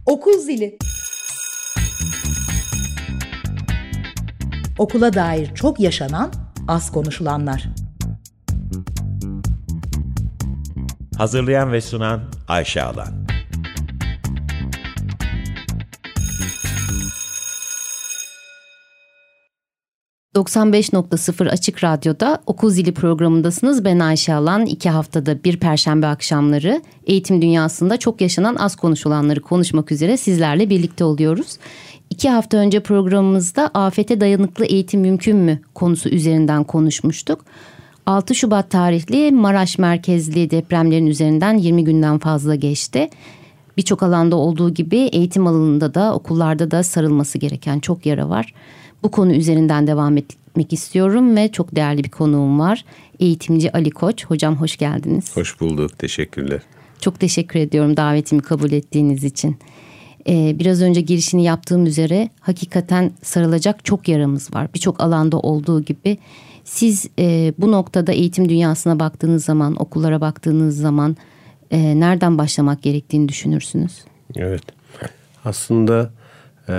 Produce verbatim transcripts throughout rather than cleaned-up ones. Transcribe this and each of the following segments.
Okul zili. Okula dair çok yaşanan, az konuşulanlar. Hazırlayan ve sunan Ayşe Alan. doksan beş nokta sıfır Açık Radyo'da Okul Zili programındasınız. Ben Ayşe Alan. İki haftada bir perşembe akşamları eğitim dünyasında çok yaşanan, az konuşulanları konuşmak üzere sizlerle birlikte oluyoruz. İki hafta önce programımızda afete dayanıklı eğitim mümkün mü konusu üzerinden konuşmuştuk. altı Şubat tarihli Maraş merkezli depremlerin üzerinden yirmi günden fazla geçti. Birçok alanda olduğu gibi eğitim alanında da okullarda da sarılması gereken çok yara var. Bu konu üzerinden devam etmek istiyorum ve çok değerli bir konuğum var. Eğitimci Ali Koç. Hocam hoş geldiniz. Hoş bulduk. Teşekkürler. Çok teşekkür ediyorum davetimi kabul ettiğiniz için. Ee, biraz önce girişini yaptığım üzere hakikaten sarılacak çok yaramız var. Birçok alanda olduğu gibi. Siz e, bu noktada eğitim dünyasına baktığınız zaman, okullara baktığınız zaman e, nereden başlamak gerektiğini düşünürsünüz? Evet. Aslında e,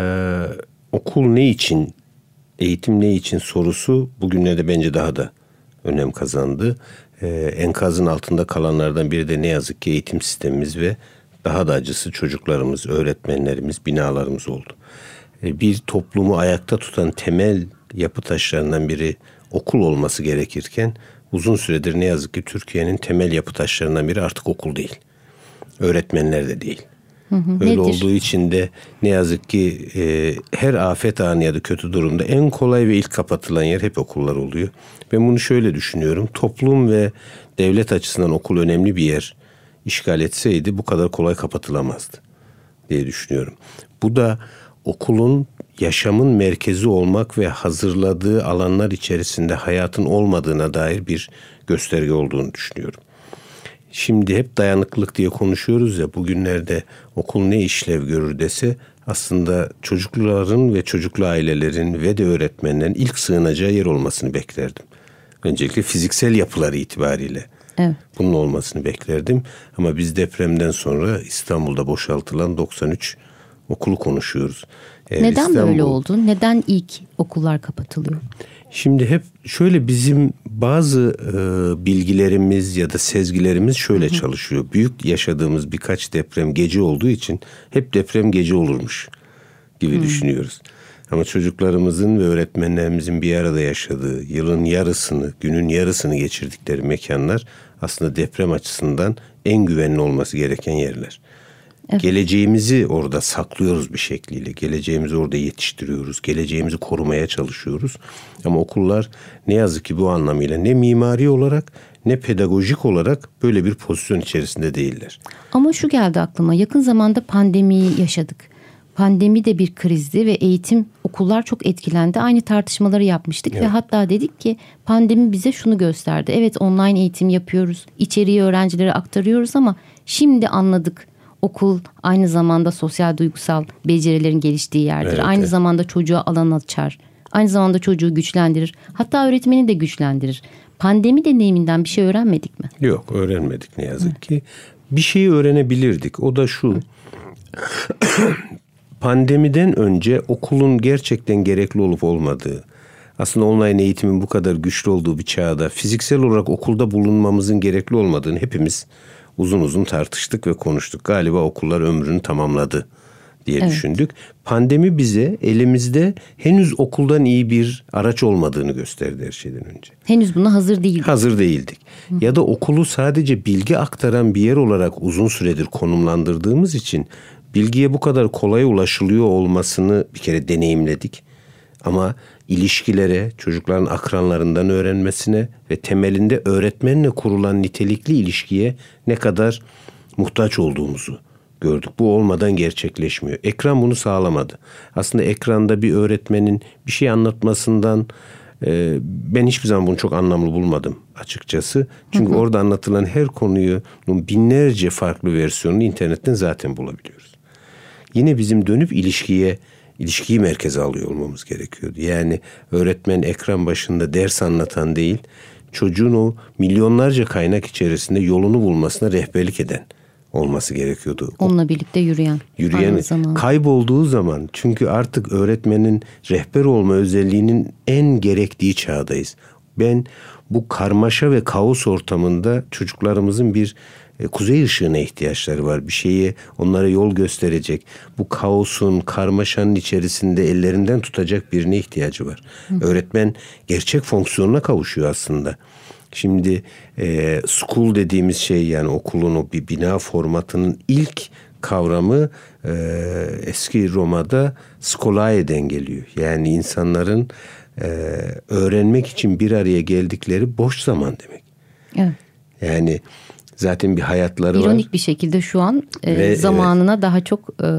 okul ne için, eğitim ne için sorusu bugünlerde bence daha da önem kazandı. E, enkazın altında kalanlardan biri de ne yazık ki eğitim sistemimiz ve daha da acısı çocuklarımız, öğretmenlerimiz, binalarımız oldu. E, bir toplumu ayakta tutan temel yapı taşlarından biri okul olması gerekirken uzun süredir ne yazık ki Türkiye'nin temel yapı taşlarından biri artık okul değil. Öğretmenler de değil. Hı hı, Öyle nedir? Olduğu için de ne yazık ki e, her afet anı ya da kötü durumda en kolay ve ilk kapatılan yer hep okullar oluyor. Ben bunu şöyle düşünüyorum. Toplum ve devlet açısından okul önemli bir yer işgal etseydi bu kadar kolay kapatılamazdı diye düşünüyorum. Bu da okulun yaşamın merkezi olmak ve hazırladığı alanlar içerisinde hayatın olmadığına dair bir gösterge olduğunu düşünüyorum. Şimdi hep dayanıklılık diye konuşuyoruz ya, bugünlerde okul ne işlev görür dese aslında çocukların ve çocuklu ailelerin ve de öğretmenlerin ilk sığınacağı yer olmasını beklerdim. Öncelikle fiziksel yapıları itibariyle. Evet. Bunun olmasını beklerdim. Ama biz depremden sonra İstanbul'da boşaltılan doksan üç okulu konuşuyoruz. Eğer Neden İstanbul... böyle oldu? Neden ilk okullar kapatılıyor? Şimdi hep şöyle bizim bazı e, bilgilerimiz ya da sezgilerimiz şöyle hı hı. çalışıyor. Büyük yaşadığımız birkaç deprem gece olduğu için hep deprem gece olurmuş gibi hı. düşünüyoruz. Ama çocuklarımızın ve öğretmenlerimizin bir arada yaşadığı, yılın yarısını, günün yarısını geçirdikleri mekanlar aslında deprem açısından en güvenli olması gereken yerler. Evet. Geleceğimizi orada saklıyoruz bir şekliyle. Geleceğimizi orada yetiştiriyoruz. Geleceğimizi korumaya çalışıyoruz. Ama okullar ne yazık ki bu anlamıyla ne mimari olarak ne pedagojik olarak böyle bir pozisyon içerisinde değiller. Ama şu geldi aklıma. Yakın zamanda pandemiyi yaşadık. Pandemi de bir krizdi ve eğitim, okullar çok etkilendi. Aynı tartışmaları yapmıştık evet. ve hatta dedik ki pandemi bize şunu gösterdi. Evet, online eğitim yapıyoruz. İçeriği öğrencilere aktarıyoruz ama şimdi anladık. Okul aynı zamanda sosyal duygusal becerilerin geliştiği yerdir. Evet, aynı evet. zamanda çocuğa alan açar. Aynı zamanda çocuğu güçlendirir. Hatta öğretmeni de güçlendirir. Pandemi deneyiminden bir şey öğrenmedik mi? Yok, öğrenmedik ne yazık Hı. ki. Bir şeyi öğrenebilirdik. O da şu. Pandemiden önce okulun gerçekten gerekli olup olmadığı, aslında online eğitimin bu kadar güçlü olduğu bir çağda fiziksel olarak okulda bulunmamızın gerekli olmadığını hepimiz uzun uzun tartıştık ve konuştuk. Galiba okullar ömrünü tamamladı diye evet. düşündük. Pandemi bize elimizde henüz okuldan iyi bir araç olmadığını gösterdi her şeyden önce. Henüz buna hazır değildik. Hazır değildik. Hı. Ya da okulu sadece bilgi aktaran bir yer olarak uzun süredir konumlandırdığımız için bilgiye bu kadar kolay ulaşılıyor olmasını bir kere deneyimledik. Ama ilişkilere, çocukların akranlarından öğrenmesine ve temelinde öğretmenle kurulan nitelikli ilişkiye ne kadar muhtaç olduğumuzu gördük. Bu olmadan gerçekleşmiyor. Ekran bunu sağlamadı. Aslında ekranda bir öğretmenin bir şey anlatmasından e, ben hiçbir zaman bunu çok anlamlı bulmadım açıkçası. Çünkü hı hı. orada anlatılan her konuyu binlerce farklı versiyonunu internetten zaten bulabiliyoruz. Yine bizim dönüp ilişkiye İlişkiyi merkeze alıyor olmamız gerekiyordu. Yani öğretmen ekran başında ders anlatan değil, çocuğun o milyonlarca kaynak içerisinde yolunu bulmasına rehberlik eden olması gerekiyordu. Onunla birlikte yürüyen. Yürüyen kaybolduğu zaman, çünkü artık öğretmenin rehber olma özelliğinin en gerektiği çağdayız. Ben bu karmaşa ve kaos ortamında çocuklarımızın bir e, kuzey ışığına ihtiyaçları var. Bir şeye onlara yol gösterecek, bu kaosun, karmaşanın içerisinde ellerinden tutacak birine ihtiyacı var. Hı. Öğretmen gerçek fonksiyonuna kavuşuyor aslında. Şimdi e, school dediğimiz şey, yani okulun o bir bina formatının ilk kavramı e, eski Roma'da skolae'den geliyor. Yani insanların e, öğrenmek için bir araya geldikleri boş zaman demek. Evet. Yani zaten bir hayatları İronik var. İronik bir şekilde şu an e, Ve, zamanına evet. daha çok e,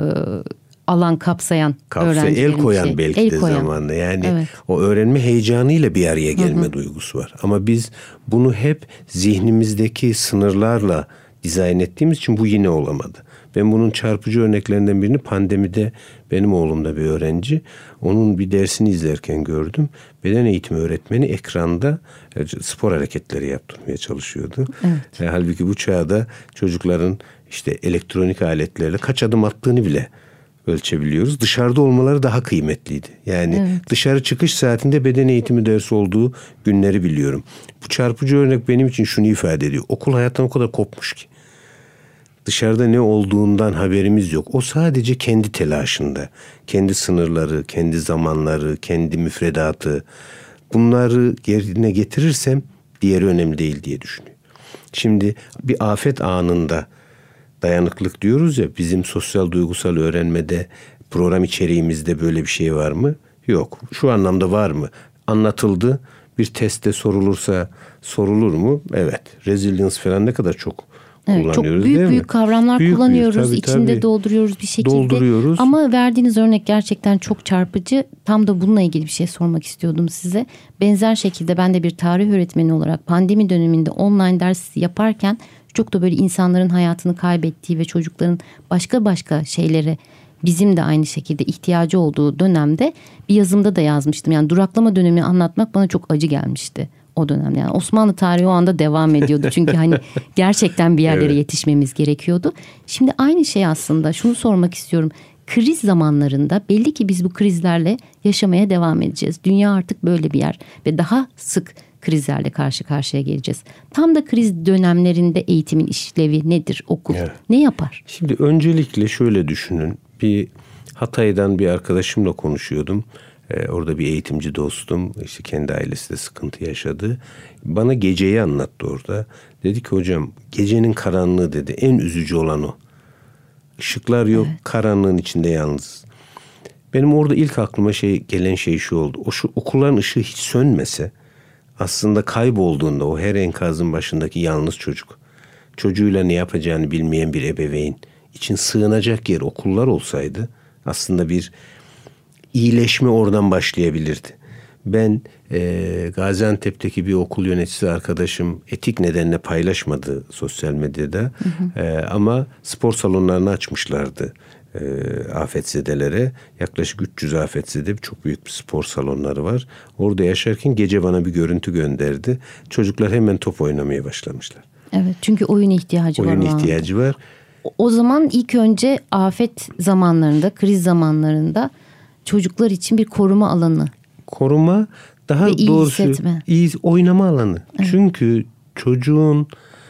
alan kapsayan Kapsa, öğrencilerin el koyan şey. belki el de koyan. zamanla. Yani evet. o öğrenme heyecanıyla bir araya gelme Hı-hı. duygusu var. Ama biz bunu hep zihnimizdeki sınırlarla dizayn ettiğimiz için bu yine olamadı. Ben bunun çarpıcı örneklerinden birini pandemide benim oğlum da bir öğrenci. Onun bir dersini izlerken gördüm. Beden eğitimi öğretmeni ekranda spor hareketleri yaptırmaya çalışıyordu. Evet. E, halbuki bu çağda çocukların işte elektronik aletlerle kaç adım attığını bile ölçebiliyoruz. Dışarıda olmaları daha kıymetliydi. Yani evet. dışarı çıkış saatinde beden eğitimi dersi olduğu günleri biliyorum. Bu çarpıcı örnek benim için şunu ifade ediyor. Okul hayattan o kadar kopmuş ki. Dışarıda ne olduğundan haberimiz yok. O sadece kendi telaşında. Kendi sınırları, kendi zamanları, kendi müfredatı. Bunları yerine getirirsem diğeri önemli değil diye düşünüyor. Şimdi bir afet anında dayanıklık diyoruz ya, bizim sosyal duygusal öğrenmede program içeriğimizde böyle bir şey var mı? Yok. Şu anlamda var mı? Anlatıldı. Bir testte sorulursa sorulur mu? Evet. Resilience falan ne kadar çok Evet, kullanıyoruz, çok büyük değil büyük mi? kavramlar büyük, kullanıyoruz. Büyük, tabii, içinde tabii. dolduruyoruz bir şekilde. Dolduruyoruz. Ama verdiğiniz örnek gerçekten çok çarpıcı. Tam da bununla ilgili bir şey sormak istiyordum size. Benzer şekilde ben de bir tarih öğretmeni olarak pandemi döneminde online ders yaparken çok da böyle insanların hayatını kaybettiği ve çocukların başka başka şeylere bizim de aynı şekilde ihtiyacı olduğu dönemde bir yazımda da yazmıştım. Yani duraklama dönemini anlatmak bana çok acı gelmişti o dönemde. Yani Osmanlı tarihi o anda devam ediyordu. Çünkü hani gerçekten bir yerlere evet. yetişmemiz gerekiyordu. Şimdi aynı şey aslında, şunu sormak istiyorum. Kriz zamanlarında belli ki biz bu krizlerle yaşamaya devam edeceğiz. Dünya artık böyle bir yer ve daha sık krizlerle karşı karşıya geleceğiz. Tam da kriz dönemlerinde eğitimin işlevi nedir? Okul evet. ne yapar? Şimdi öncelikle şöyle düşünün. Bir Hatay'dan bir arkadaşımla konuşuyordum. Ee, orada bir eğitimci dostum. İşte kendi ailesi de sıkıntı yaşadı. Bana geceyi anlattı orada. Dedi ki hocam, gecenin karanlığı dedi. En üzücü olan o. Işıklar yok. Evet. Karanlığın içinde yalnız. Benim orada ilk aklıma şey gelen şey şu oldu. O şu okulların ışığı hiç sönmese, aslında kaybolduğunda o her enkazın başındaki yalnız çocuk, çocuğuyla ne yapacağını bilmeyen bir ebeveyn için sığınacak yer okullar olsaydı aslında bir iyileşme oradan başlayabilirdi. Ben e, Gaziantep'teki bir okul yöneticisi arkadaşım etik nedenle paylaşmadı sosyal medyada, hı hı. E, ama spor salonlarını açmışlardı. E, afetzedelere, yaklaşık üç yüz afetzede çok büyük bir spor salonları var. Orada yaşarken gece bana bir görüntü gönderdi. Çocuklar hemen top oynamaya başlamışlar. Evet, çünkü oyun ihtiyacı oyun var. Oyun ihtiyacı var. O zaman ilk önce afet zamanlarında, kriz zamanlarında çocuklar için bir koruma alanı. Koruma, daha ve iyi doğrusu hissetme. iyi oynama alanı. Evet. Çünkü çocuğun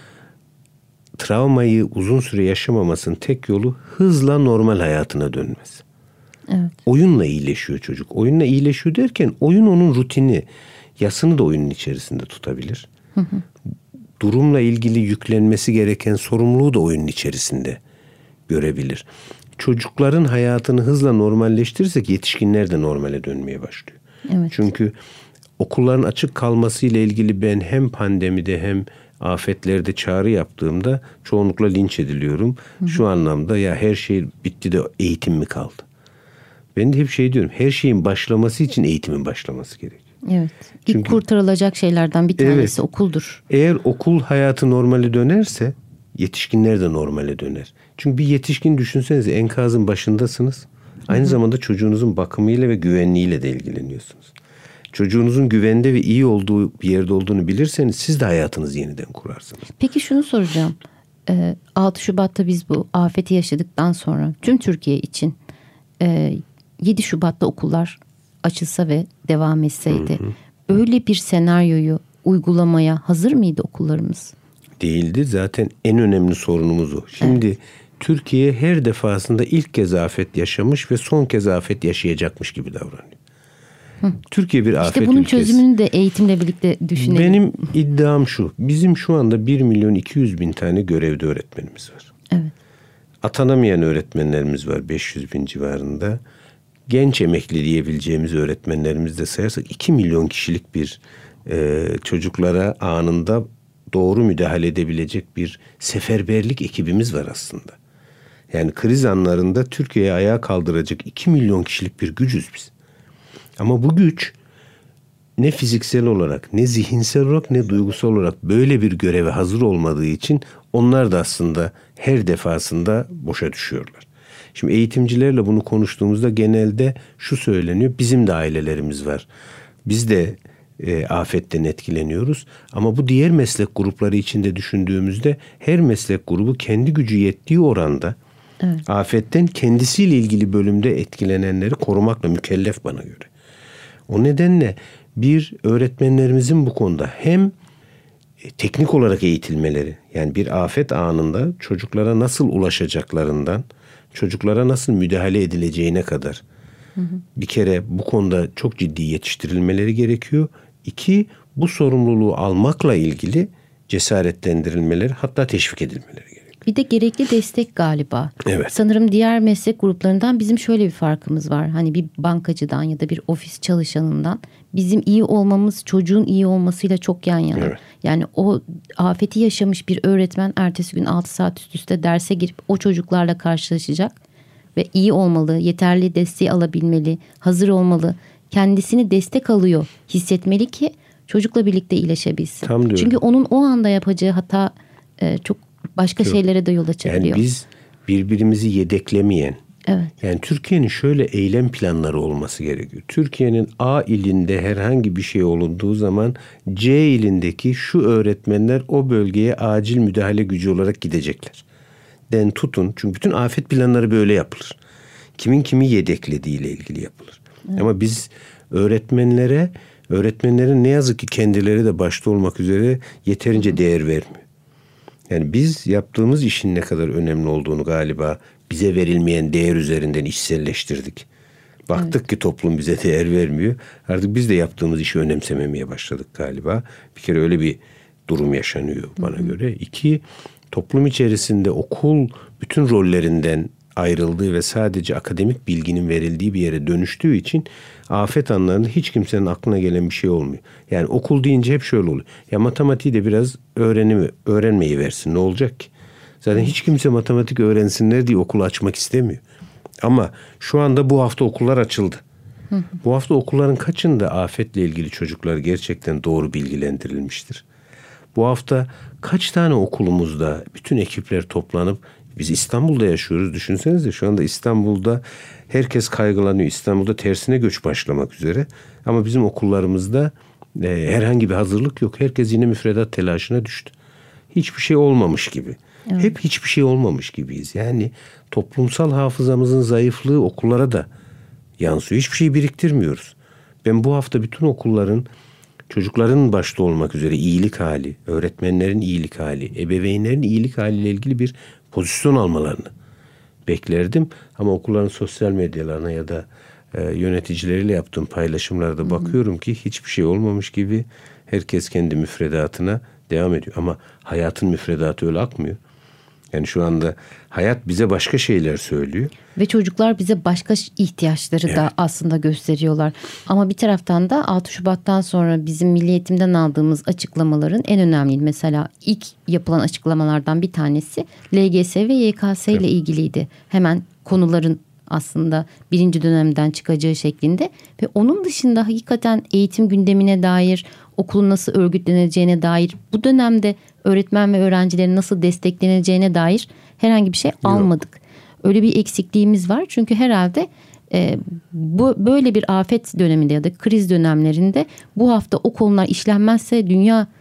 travmayı uzun süre yaşamamasının tek yolu hızla normal hayatına dönmesi. Evet. Oyunla iyileşiyor çocuk. Oyunla iyileşiyor derken oyun onun rutini, yasını da oyunun içerisinde tutabilir. Hı hı. Durumla ilgili yüklenmesi gereken sorumluluğu da oyunun içerisinde görebilir. Çocukların hayatını hızla normalleştirirsek yetişkinler de normale dönmeye başlıyor. Evet. Çünkü okulların açık kalmasıyla ilgili ben hem pandemide hem afetlerde çağrı yaptığımda çoğunlukla linç ediliyorum. Hı hı. Şu anlamda, ya her şey bitti de eğitim mi kaldı? Ben de hep şey diyorum, her şeyin başlaması için eğitimin başlaması gerekiyor. Evet. İlk Çünkü, kurtarılacak şeylerden bir tanesi evet, okuldur. Eğer okul hayatı normale dönerse yetişkinler de normale döner. Çünkü bir yetişkin düşünsenize, enkazın başındasınız. Aynı Hı-hı. zamanda çocuğunuzun bakımıyla ve güvenliğiyle de ilgileniyorsunuz. Çocuğunuzun güvende ve iyi olduğu bir yerde olduğunu bilirseniz siz de hayatınızı yeniden kurarsınız. Peki şunu soracağım. e, altı Şubat'ta biz bu afeti yaşadıktan sonra tüm Türkiye için e, yedi Şubat'ta okullar açılsa ve devam etseydi, hı hı. böyle bir senaryoyu uygulamaya hazır mıydı okullarımız? Değildi. Zaten en önemli sorunumuz o. Şimdi evet. Türkiye her defasında ilk kez afet yaşamış ve son kez afet yaşayacakmış gibi davranıyor. Hı. Türkiye bir afet ülkesi. İşte bunun çözümünü de eğitimle birlikte düşünelim. Benim iddiam şu. Bizim şu anda bir milyon iki yüz bin tane görevli öğretmenimiz var. Evet. Atanamayan öğretmenlerimiz var beş yüz bin civarında. Genç emekli diyebileceğimiz öğretmenlerimizi de sayarsak iki milyon kişilik bir e, çocuklara anında doğru müdahale edebilecek bir seferberlik ekibimiz var aslında. Yani kriz anlarında Türkiye'yi ayağa kaldıracak iki milyon kişilik bir gücüz biz. Ama bu güç ne fiziksel olarak, ne zihinsel olarak, ne duygusal olarak böyle bir göreve hazır olmadığı için onlar da aslında her defasında boşa düşüyorlar. Şimdi eğitimcilerle bunu konuştuğumuzda genelde şu söyleniyor: bizim de ailelerimiz var. Biz de e, afetten etkileniyoruz. Ama bu diğer meslek grupları içinde düşündüğümüzde her meslek grubu kendi gücü yettiği oranda evet. afetten kendisiyle ilgili bölümde etkilenenleri korumakla mükellef bana göre. O nedenle bir öğretmenlerimizin bu konuda hem teknik olarak eğitilmeleri, yani bir afet anında çocuklara nasıl ulaşacaklarından, çocuklara nasıl müdahale edileceğine kadar hı hı. bir kere bu konuda çok ciddi yetiştirilmeleri gerekiyor. İki, bu sorumluluğu almakla ilgili cesaretlendirilmeleri, hatta teşvik edilmeleri gerekiyor. Bir de gerekli destek galiba. Evet. Sanırım diğer meslek gruplarından bizim şöyle bir farkımız var. Hani bir bankacıdan ya da bir ofis çalışanından bizim iyi olmamız çocuğun iyi olmasıyla çok yan yana. Evet. Yani o afeti yaşamış bir öğretmen ertesi gün altı saat üst üste derse girip o çocuklarla karşılaşacak ve iyi olmalı, yeterli desteği alabilmeli, hazır olmalı. Kendisini destek alıyor hissetmeli ki çocukla birlikte iyileşebilsin. Tam diyorum. Çünkü onun o anda yapacağı hata e, çok başka çok. şeylere de yol açabiliyor. Yani biz birbirimizi yedeklemeyen, evet. yani Türkiye'nin şöyle eylem planları olması gerekiyor. Türkiye'nin A ilinde herhangi bir şey olunduğu zaman C ilindeki şu öğretmenler o bölgeye acil müdahale gücü olarak gidecekler. Den tutun. Çünkü bütün afet planları böyle yapılır. Kimin kimi yedeklediğiyle ilgili yapılır. Evet. Ama biz öğretmenlere, öğretmenlerin ne yazık ki kendileri de başta olmak üzere yeterince değer vermiyor. Yani biz yaptığımız işin ne kadar önemli olduğunu galiba bize verilmeyen değer üzerinden içselleştirdik. Baktık evet. ki toplum bize değer vermiyor. Artık biz de yaptığımız işi önemsememeye başladık galiba. Bir kere öyle bir durum yaşanıyor bana hı hı. göre. İki, toplum içerisinde okul bütün rollerinden ayrıldığı ve sadece akademik bilginin verildiği bir yere dönüştüğü için afet anlarında hiç kimsenin aklına gelen bir şey olmuyor. Yani okul deyince hep şöyle oluyor. Ya matematiği de biraz öğrenimi, öğrenmeyi versin, ne olacak ki? Zaten hiç kimse matematik öğrensinler diye okulu açmak istemiyor. Ama şu anda bu hafta okullar açıldı. Hı hı. Bu hafta okulların kaçında afetle ilgili çocuklar gerçekten doğru bilgilendirilmiştir? Bu hafta kaç tane okulumuzda bütün ekipler toplanıp, biz İstanbul'da yaşıyoruz, düşünsenize şu anda İstanbul'da herkes kaygılanıyor. İstanbul'da tersine göç başlamak üzere. Ama bizim okullarımızda e, herhangi bir hazırlık yok. Herkes yine müfredat telaşına düştü. Hiçbir şey olmamış gibi. Evet. Hep hiçbir şey olmamış gibiyiz. Yani toplumsal hafızamızın zayıflığı okullara da yansıyor. Hiçbir şey biriktirmiyoruz. Ben bu hafta bütün okulların, çocukların başta olmak üzere iyilik hali, öğretmenlerin iyilik hali, ebeveynlerin iyilik haliyle ilgili bir pozisyon almalarını beklerdim. Ama okulların sosyal medyalarına ya da e, yöneticileriyle yaptığım paylaşımlarda Hı-hı. bakıyorum ki hiçbir şey olmamış gibi herkes kendi müfredatına devam ediyor. Ama hayatın müfredatı öyle akmıyor. Yani şu anda hayat bize başka şeyler söylüyor. Ve çocuklar bize başka ihtiyaçları evet. da aslında gösteriyorlar. Ama bir taraftan da altı Şubat'tan sonra bizim Milli Eğitim'den aldığımız açıklamaların en önemli, mesela ilk yapılan açıklamalardan bir tanesi L G S ve Y K S ile evet. ilgiliydi. Hemen konuların aslında birinci dönemden çıkacağı şeklinde ve onun dışında hakikaten eğitim gündemine dair, okulun nasıl örgütleneceğine dair, bu dönemde öğretmen ve öğrencilerin nasıl destekleneceğine dair herhangi bir şey Yok. almadık. Öyle bir eksikliğimiz var çünkü herhalde e, bu böyle bir afet döneminde ya da kriz dönemlerinde bu hafta o konular işlenmezse dünya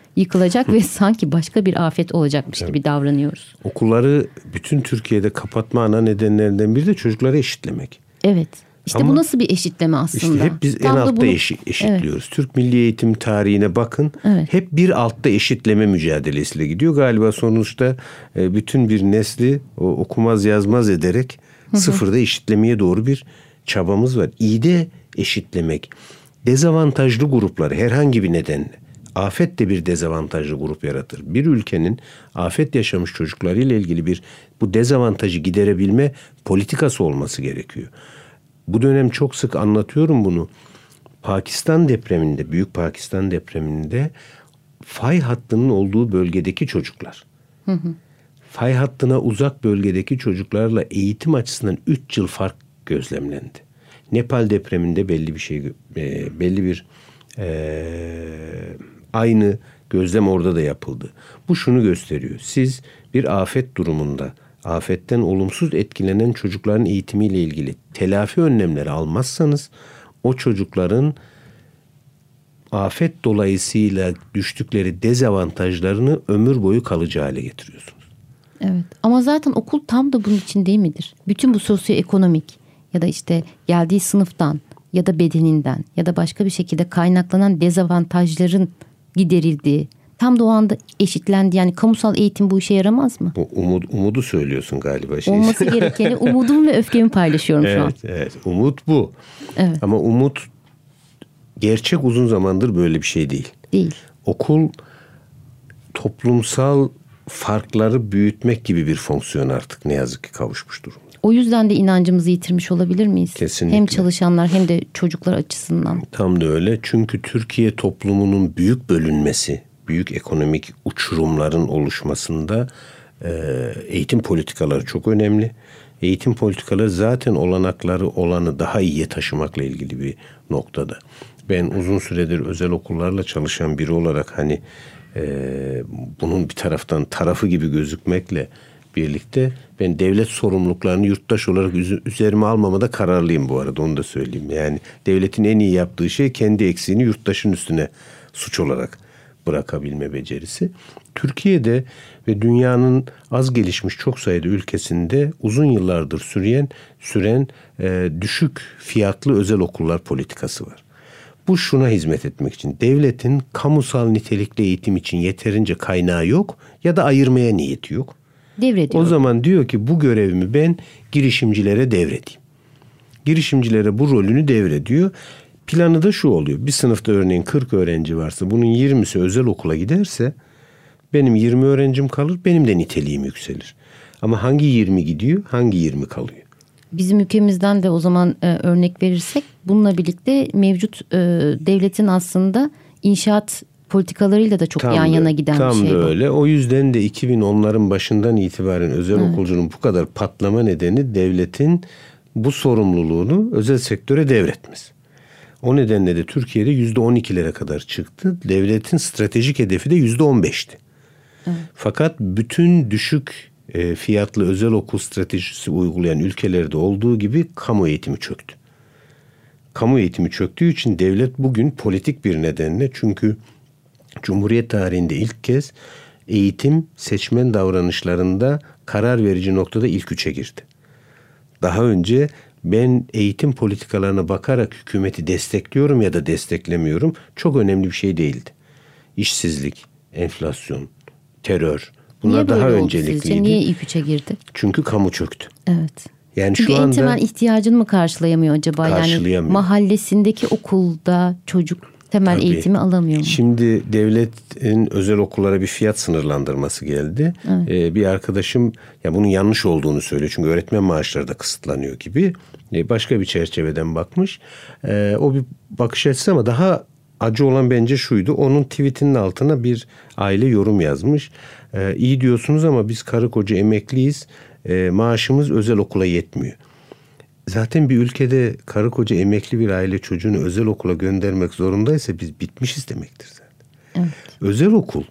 yıkılacak ve sanki başka bir afet olacakmış gibi davranıyoruz. Okulları bütün Türkiye'de kapatma ana nedenlerinden biri de çocukları eşitlemek. Evet. İşte Ama bu nasıl bir eşitleme aslında? İşte hep biz Tam en da altta bunu... eşi, eşitliyoruz. Evet. Türk milli eğitim tarihine bakın. Evet. Hep bir altta eşitleme mücadelesiyle gidiyor. Galiba sonuçta bütün bir nesli o okumaz yazmaz ederek hı hı. sıfırda eşitlemeye doğru bir çabamız var. İyi de eşitlemek. Dezavantajlı grupları herhangi bir nedenle. Afet de bir dezavantajlı grup yaratır. Bir ülkenin afet yaşamış çocuklarıyla ilgili bir bu dezavantajı giderebilme politikası olması gerekiyor. Bu dönem çok sık anlatıyorum bunu. Pakistan depreminde, Büyük Pakistan depreminde fay hattının olduğu bölgedeki çocuklar. Hı hı. Fay hattına uzak bölgedeki çocuklarla eğitim açısından üç yıl fark gözlemlendi. Nepal depreminde belli bir şey, belli bir e, aynı gözlem orada da yapıldı. Bu şunu gösteriyor. Siz bir afet durumunda afetten olumsuz etkilenen çocukların eğitimiyle ilgili telafi önlemleri almazsanız o çocukların afet dolayısıyla düştükleri dezavantajlarını ömür boyu kalıcı hale getiriyorsunuz. Evet, ama zaten okul tam da bunun için değil midir? Bütün bu sosyoekonomik ya da işte geldiği sınıftan ya da bedeninden ya da başka bir şekilde kaynaklanan dezavantajların giderildiği, tam da o anda eşitlendi. Yani kamusal eğitim bu işe yaramaz mı? Bu umud, umudu söylüyorsun galiba. Şey. Olması gerekeni umudum ve öfkemi paylaşıyorum evet, şu an. Evet, umut bu. Evet. Ama umut gerçek uzun zamandır böyle bir şey değil. Değil. Okul toplumsal farkları büyütmek gibi bir fonksiyon artık ne yazık ki kavuşmuş durumda. O yüzden de inancımızı yitirmiş olabilir miyiz? Kesinlikle. Hem çalışanlar hem de çocuklar açısından. Tam da öyle. Çünkü Türkiye toplumunun büyük bölünmesi, büyük ekonomik uçurumların oluşmasında e, eğitim politikaları çok önemli. Eğitim politikaları zaten olanakları olanı daha iyiye taşımakla ilgili bir noktada. Ben uzun süredir özel okullarla çalışan biri olarak hani e, bunun bir taraftan tarafı gibi gözükmekle birlikte ben devlet sorumluluklarını yurttaş olarak üzerime almamada kararlıyım bu arada, onu da söyleyeyim. Yani devletin en iyi yaptığı şey kendi eksiğini yurttaşın üstüne suç olarak bırakabilme becerisi. Türkiye'de ve dünyanın az gelişmiş çok sayıda ülkesinde uzun yıllardır süren süren e, düşük fiyatlı özel okullar politikası var. Bu şuna hizmet etmek için: devletin kamusal nitelikli eğitim için yeterince kaynağı yok ya da ayırmaya niyeti yok. Devrediyor. O zaman diyor ki bu görevimi ben girişimcilere devredeyim. Girişimcilere bu rolünü devrediyor. Planı da şu oluyor: bir sınıfta örneğin kırk öğrenci varsa bunun yirmisi özel okula giderse benim yirmi öğrencim kalır, benim de niteliğim yükselir. Ama hangi yirmi gidiyor, hangi yirmi kalıyor? Bizim ülkemizden de o zaman e, örnek verirsek bununla birlikte mevcut e, devletin aslında inşaat politikalarıyla da çok tam yan da, yana giden tam bir şey da bu. öyle. O yüzden de iki bin onların başından itibaren özel evet. okulcunun bu kadar patlama nedeni devletin bu sorumluluğunu özel sektöre devretmesi. O nedenle de Türkiye'de yüzde on ikilere kadar çıktı. Devletin stratejik hedefi de yüzde on beşti. Evet. Fakat bütün düşük e, fiyatlı özel okul stratejisi uygulayan ülkelerde olduğu gibi kamu eğitimi çöktü. Kamu eğitimi çöktüğü için devlet bugün politik bir nedenle, çünkü Cumhuriyet tarihinde ilk kez eğitim seçmen davranışlarında karar verici noktada ilk üçe girdi. Daha önce ben eğitim politikalarına bakarak hükümeti destekliyorum ya da desteklemiyorum çok önemli bir şey değildi. İşsizlik, enflasyon, terör, bunlar Niye daha oldu öncelikliydi. Sizce? Niye ilk üçe girdi? Çünkü kamu çöktü. Evet. Yani Çünkü şu en anda temel ihtiyacını mı karşılayamıyor acaba? Karşılayamıyor. Yani mahallesindeki okulda çocuk temel Tabii. eğitimi alamıyor mu? Şimdi devletin özel okullara bir fiyat sınırlandırması geldi. Evet. Ee, bir arkadaşım ya bunun yanlış olduğunu söylüyor. Çünkü öğretmen maaşları da kısıtlanıyor gibi. Ee, başka bir çerçeveden bakmış. Ee, o bir bakış açısı ama daha acı olan bence şuydu. Onun tweetinin altına bir aile yorum yazmış. Ee, iyi diyorsunuz ama biz karı koca emekliyiz. Ee, maaşımız özel okula yetmiyor. Zaten bir ülkede karı koca emekli bir aile çocuğunu özel okula göndermek zorundaysa biz bitmişiz demektir zaten. Evet. Özel okul,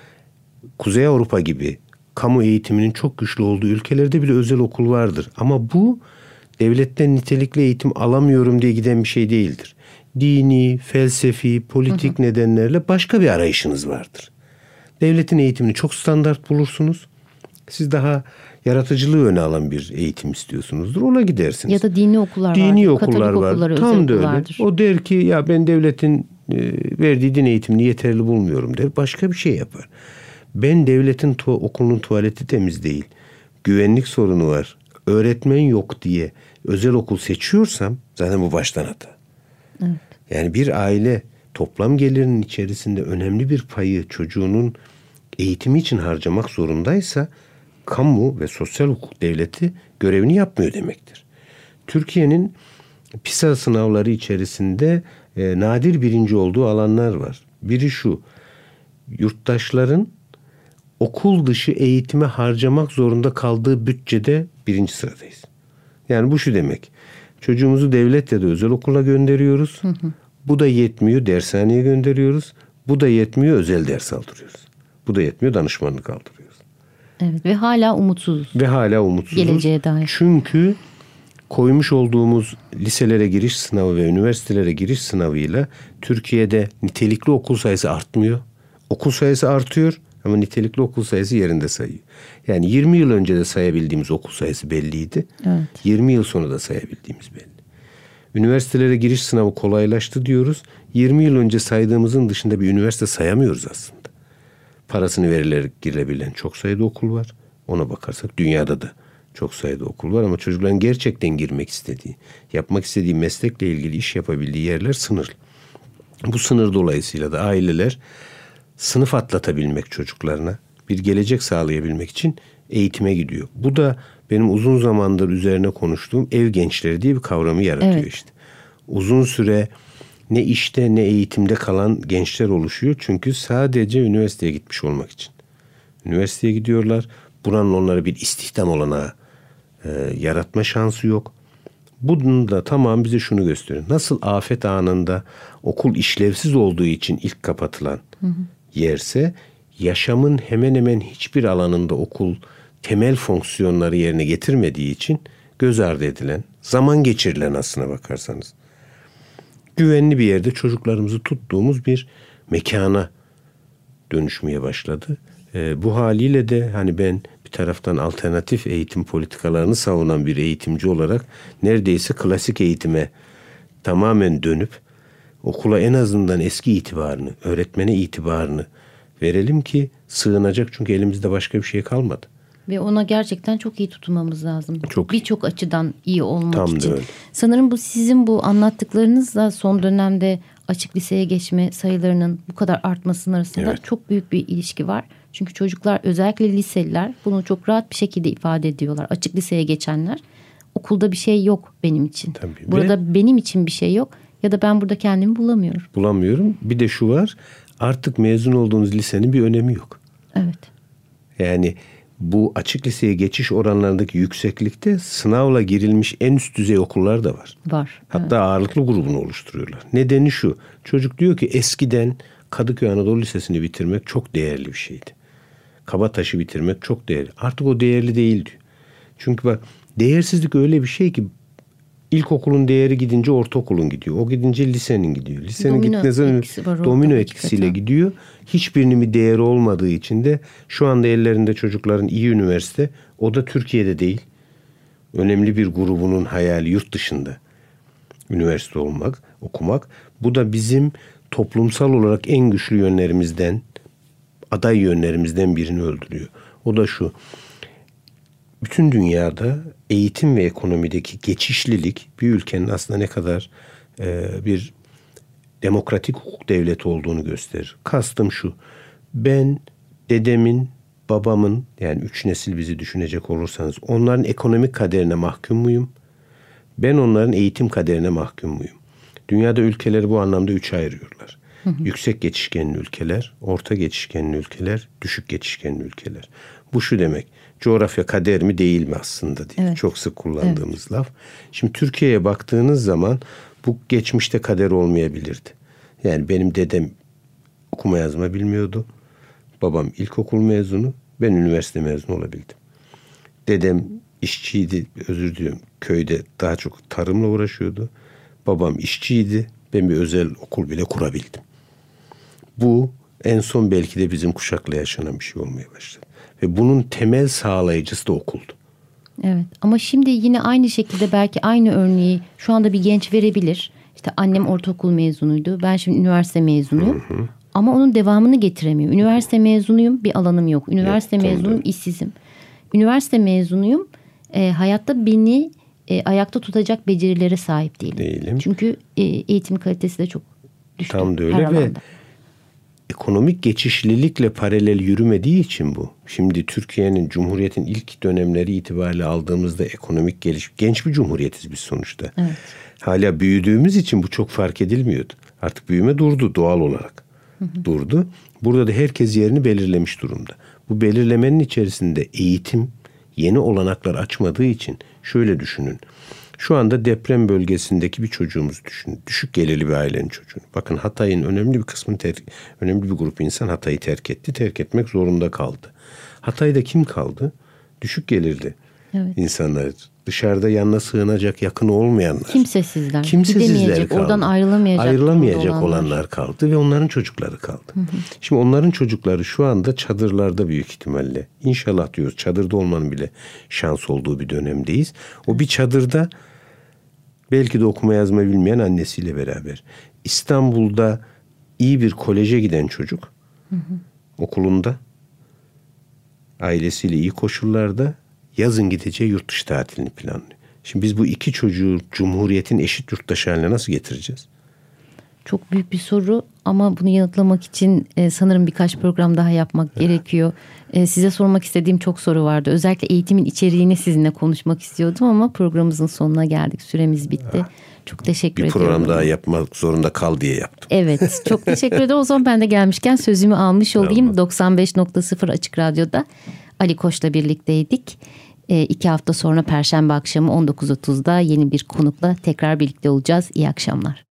Kuzey Avrupa gibi kamu eğitiminin çok güçlü olduğu ülkelerde bile özel okul vardır. Ama bu devletten nitelikli eğitim alamıyorum diye giden bir şey değildir. Dini, felsefi, politik hı hı. nedenlerle başka bir arayışınız vardır. Devletin eğitimini çok standart bulursunuz. Siz daha yaratıcılığı öne alan bir eğitim istiyorsunuzdur. Ona gidersiniz. Ya da dini okullar var. Dini okullar var. Okulları, Tam da öyle. okullardır. O der ki ya ben devletin e, verdiği din eğitimini yeterli bulmuyorum der. Başka bir şey yapar. Ben devletin tu- okulunun tuvaleti temiz değil. Güvenlik sorunu var. Öğretmen yok diye özel okul seçiyorsam zaten bu baştan hata. Evet. Yani bir aile toplam gelirinin içerisinde önemli bir payı çocuğunun eğitimi için harcamak zorundaysa kamu ve sosyal hukuk devleti görevini yapmıyor demektir. Türkiye'nin PISA sınavları içerisinde e, nadir birinci olduğu alanlar var. Biri şu, yurttaşların okul dışı eğitime harcamak zorunda kaldığı bütçede birinci sıradayız. Yani bu şu demek, çocuğumuzu devlet ya da özel okula gönderiyoruz. Hı hı. Bu da yetmiyor, dershaneye gönderiyoruz. Bu da yetmiyor, özel ders aldırıyoruz. Bu da yetmiyor, danışmanlık aldırıyoruz. Evet ve hala umutsuzuz. Ve hala umutsuzuz. Geleceğe dair. Çünkü koymuş olduğumuz liselere giriş sınavı ve üniversitelere giriş sınavıyla Türkiye'de nitelikli okul sayısı artmıyor. Okul sayısı artıyor ama nitelikli okul sayısı yerinde sayıyor. Yani yirmi yıl önce de sayabildiğimiz okul sayısı belliydi. Evet. yirmi yıl sonra da sayabildiğimiz belli. Üniversitelere giriş sınavı kolaylaştı diyoruz. yirmi yıl önce saydığımızın dışında bir üniversite sayamıyoruz aslında. Parasını verilerek girilebilen çok sayıda okul var. Ona bakarsak dünyada da çok sayıda okul var ama çocukların gerçekten girmek istediği, yapmak istediği meslekle ilgili iş yapabildiği yerler sınırlı. Bu sınır dolayısıyla da aileler sınıf atlatabilmek çocuklarına, bir gelecek sağlayabilmek için eğitime gidiyor. Bu da benim uzun zamandır üzerine konuştuğum ev gençleri diye bir kavramı yaratıyor evet. işte. Uzun süre ne işte ne eğitimde kalan gençler oluşuyor. Çünkü sadece üniversiteye gitmiş olmak için. Üniversiteye gidiyorlar. Buranın onlara bir istihdam olanağı e, yaratma şansı yok. Bunun da tamam bize şunu gösteriyor. Nasıl afet anında okul işlevsiz olduğu için ilk kapatılan hı hı. yerse, yaşamın hemen hemen hiçbir alanında okul temel fonksiyonları yerine getirmediği için göz ardı edilen, zaman geçirilen aslına bakarsanız, güvenli bir yerde çocuklarımızı tuttuğumuz bir mekana dönüşmeye başladı. E, bu haliyle de hani ben bir taraftan alternatif eğitim politikalarını savunan bir eğitimci olarak neredeyse klasik eğitime tamamen dönüp okula en azından eski itibarını, öğretmene itibarını verelim ki sığınacak, çünkü elimizde başka bir şey kalmadı. Ve ona gerçekten çok iyi tutunmamız lazım. Çok Birçok açıdan iyi olmak Tam için. da öyle. Sanırım bu sizin bu anlattıklarınızla son dönemde açık liseye geçme sayılarının bu kadar artmasının arasında evet. çok büyük bir ilişki var. Çünkü çocuklar, özellikle liseliler, bunu çok rahat bir şekilde ifade ediyorlar. Açık liseye geçenler, okulda bir şey yok benim için. Tabii. Burada Ve benim için bir şey yok ya da ben burada kendimi bulamıyorum. Bulamıyorum. Bir de şu var, artık mezun olduğunuz lisenin bir önemi yok. Evet. Yani bu açık liseye geçiş oranlarındaki yükseklikte sınavla girilmiş en üst düzey okullar da var. Var. Hatta evet. ağırlıklı grubunu oluşturuyorlar. Nedeni şu, çocuk diyor ki eskiden Kadıköy Anadolu Lisesi'ni bitirmek çok değerli bir şeydi. Kabataş'ı bitirmek çok değerli. Artık o değerli değil diyor. Çünkü bak, değersizlik öyle bir şey ki ilkokulun değeri gidince ortaokulun gidiyor. O gidince lisenin gidiyor. Lisenin domino gittiğinde etkisi var, domino etkisiyle hakikaten gidiyor. Hiçbirinin bir değeri olmadığı için de şu anda ellerinde çocukların iyi üniversite, o da Türkiye'de değil. Önemli bir grubunun hayali yurt dışında üniversite olmak, okumak. Bu da bizim toplumsal olarak en güçlü yönlerimizden, aday yönlerimizden birini öldürüyor. O da şu: bütün dünyada eğitim ve ekonomideki geçişlilik bir ülkenin aslında ne kadar e, bir demokratik hukuk devleti olduğunu gösterir. Kastım şu: ben dedemin, babamın, yani üç nesil bizi düşünecek olursanız, onların ekonomik kaderine mahkum muyum? Ben onların eğitim kaderine mahkum muyum? Dünyada ülkeleri bu anlamda üçe ayırıyorlar. Hı hı. Yüksek geçişkenli ülkeler, orta geçişkenli ülkeler, düşük geçişkenli ülkeler. Bu şu demek: coğrafya kader mi değil mi aslında diye evet. çok sık kullandığımız evet. laf. Şimdi Türkiye'ye baktığınız zaman bu geçmişte kader olmayabilirdi. Yani benim dedem okuma yazma bilmiyordu. Babam ilkokul mezunu, ben üniversite mezunu olabildim. Dedem işçiydi, özür diliyorum, köyde daha çok tarımla uğraşıyordu. Babam işçiydi, ben bir özel okul bile kurabildim. Bu en son belki de bizim kuşakla yaşanan bir şey olmaya başladı. Ve bunun temel sağlayıcısı da okuldu. Evet, ama şimdi yine aynı şekilde belki aynı örneği şu anda bir genç verebilir. İşte annem ortaokul mezunuydu. Ben şimdi üniversite mezunuyum. Hı hı. Ama onun devamını getiremiyor. Üniversite mezunuyum, bir alanım yok. Üniversite yok, mezunuyum, işsizim. Üniversite mezunuyum, e, hayatta beni e, ayakta tutacak becerilere sahip değilim. Değilim. Çünkü e, eğitim kalitesi de çok düştü. Tam da öyle ve ekonomik geçişlilikle paralel yürümediği için bu. Şimdi Türkiye'nin, Cumhuriyet'in ilk dönemleri itibariyle aldığımızda ekonomik geliş, genç bir cumhuriyetiz biz sonuçta. Evet. Hala büyüdüğümüz için bu çok fark edilmiyordu. Artık büyüme durdu doğal olarak. Hı hı. Durdu. Burada da herkes yerini belirlemiş durumda. Bu belirlemenin içerisinde eğitim yeni olanaklar açmadığı için şöyle düşünün. Şu anda deprem bölgesindeki bir çocuğumuzu düşünün. Düşük gelirli bir ailenin çocuğunu. Bakın Hatay'ın önemli bir kısmını, ter- önemli bir grup insan Hatay'ı terk etti. Terk etmek zorunda kaldı. Hatay'da kim kaldı? Düşük gelirli evet. insanlar. Dışarıda yanına sığınacak yakını olmayanlar. Kimsesizler. Kimsesizler kaldı. Oradan ayrılamayacak. Ayrılamayacak olanlar. olanlar kaldı ve onların çocukları kaldı. Hı hı. Şimdi onların çocukları şu anda çadırlarda büyük ihtimalle. İnşallah diyoruz çadırda olmanın bile şans olduğu bir dönemdeyiz. O bir çadırda belki de okuma yazma bilmeyen annesiyle beraber. İstanbul'da iyi bir koleje giden çocuk hı hı. okulunda ailesiyle iyi koşullarda yazın gideceği yurt dışı tatilini planlıyor. Şimdi biz bu iki çocuğu Cumhuriyet'in eşit yurttaşı haline nasıl getireceğiz? Çok büyük bir soru ama bunu yanıtlamak için e, sanırım birkaç program daha yapmak evet. gerekiyor. E, size sormak istediğim çok soru vardı. Özellikle eğitimin içeriğini sizinle konuşmak istiyordum ama programımızın sonuna geldik. Süremiz bitti. Ha. Çok teşekkür bir ediyorum. Bir program daha yapmak zorunda kal diye yaptım. Evet, çok teşekkür ederim. O zaman ben de gelmişken sözümü almış olayım. Tamam. doksan beş nokta sıfır Açık Radyo'da Ali Koç'la birlikteydik. E, iki hafta sonra Perşembe akşamı on dokuz otuzda yeni bir konukla tekrar birlikte olacağız. İyi akşamlar.